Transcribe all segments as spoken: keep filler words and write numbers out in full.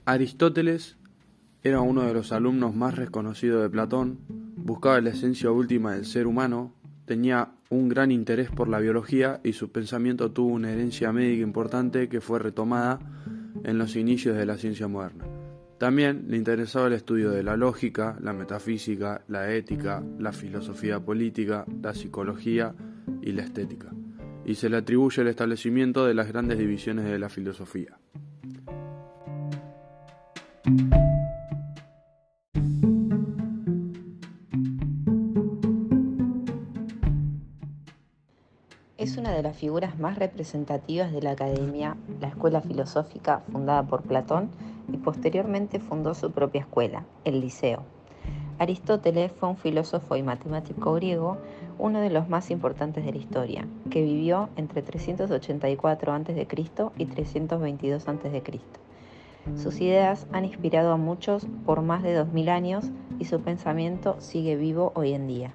Aristóteles era uno de los alumnos más reconocidos de Platón, buscaba la esencia última del ser humano, tenía un gran interés por la biología y su pensamiento tuvo una herencia médica importante que fue retomada en los inicios de la ciencia moderna. También le interesaba el estudio de la lógica, la metafísica, la ética, la filosofía política, la psicología y la estética, y se le atribuye el establecimiento de las grandes divisiones de la filosofía. Es una de las figuras más representativas de la Academia, la escuela filosófica fundada por Platón, y posteriormente fundó su propia escuela, el Liceo. Aristóteles fue un filósofo y matemático griego, uno de los más importantes de la historia, que vivió entre trescientos ochenta y cuatro antes de Cristo y trescientos veintidós antes de Cristo. Sus ideas han inspirado a muchos por más de dos mil años y su pensamiento sigue vivo hoy en día.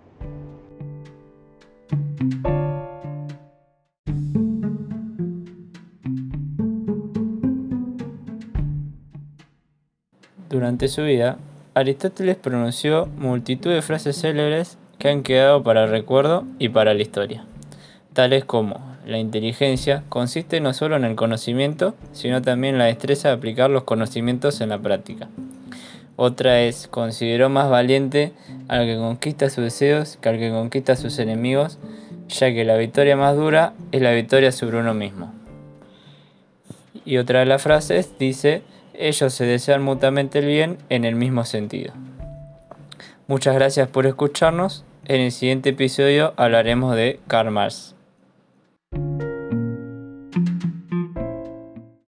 Durante su vida, Aristóteles pronunció multitud de frases célebres que han quedado para el recuerdo y para la historia, tales como: la inteligencia consiste no solo en el conocimiento, sino también en la destreza de aplicar los conocimientos en la práctica. Otra es: consideró más valiente al que conquista sus deseos que al que conquista a sus enemigos, ya que la victoria más dura es la victoria sobre uno mismo. Y otra de las frases dice: ellos se desean mutuamente el bien en el mismo sentido. Muchas gracias por escucharnos. En el siguiente episodio hablaremos de Karl Marx.